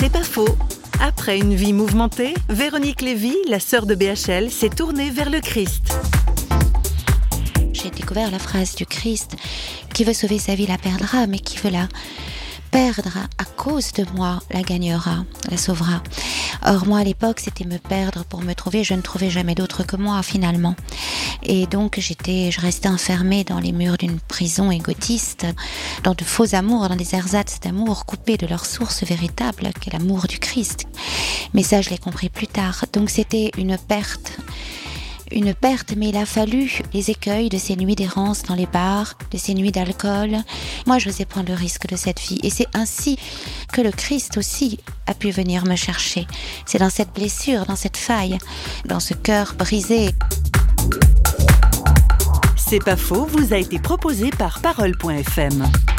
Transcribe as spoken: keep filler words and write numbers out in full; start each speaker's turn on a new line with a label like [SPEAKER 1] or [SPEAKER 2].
[SPEAKER 1] C'est pas faux. Après une vie mouvementée, Véronique Lévy, la sœur de B H L, s'est tournée vers le Christ.
[SPEAKER 2] J'ai découvert la phrase du Christ, qui veut sauver sa vie la perdra, mais qui veut la perdre à cause de moi la gagnera, la sauvera. Or moi à l'époque c'était me perdre pour me trouver, je ne trouvais jamais d'autre que moi finalement. Et donc j'étais, je restais enfermée dans les murs d'une prison égotiste, dans de faux amours, dans des ersatz d'amour coupés de leur source véritable, qu'est l'amour du Christ. Mais ça je l'ai compris plus tard, donc c'était une perte. Une perte, mais il a fallu les écueils de ces nuits d'errance dans les bars, de ces nuits d'alcool. Moi, je osais prendre le risque de cette vie. Et c'est ainsi que le Christ aussi a pu venir me chercher. C'est dans cette blessure, dans cette faille, dans ce cœur brisé.
[SPEAKER 1] C'est pas faux, vous a été proposé par Parole point F M.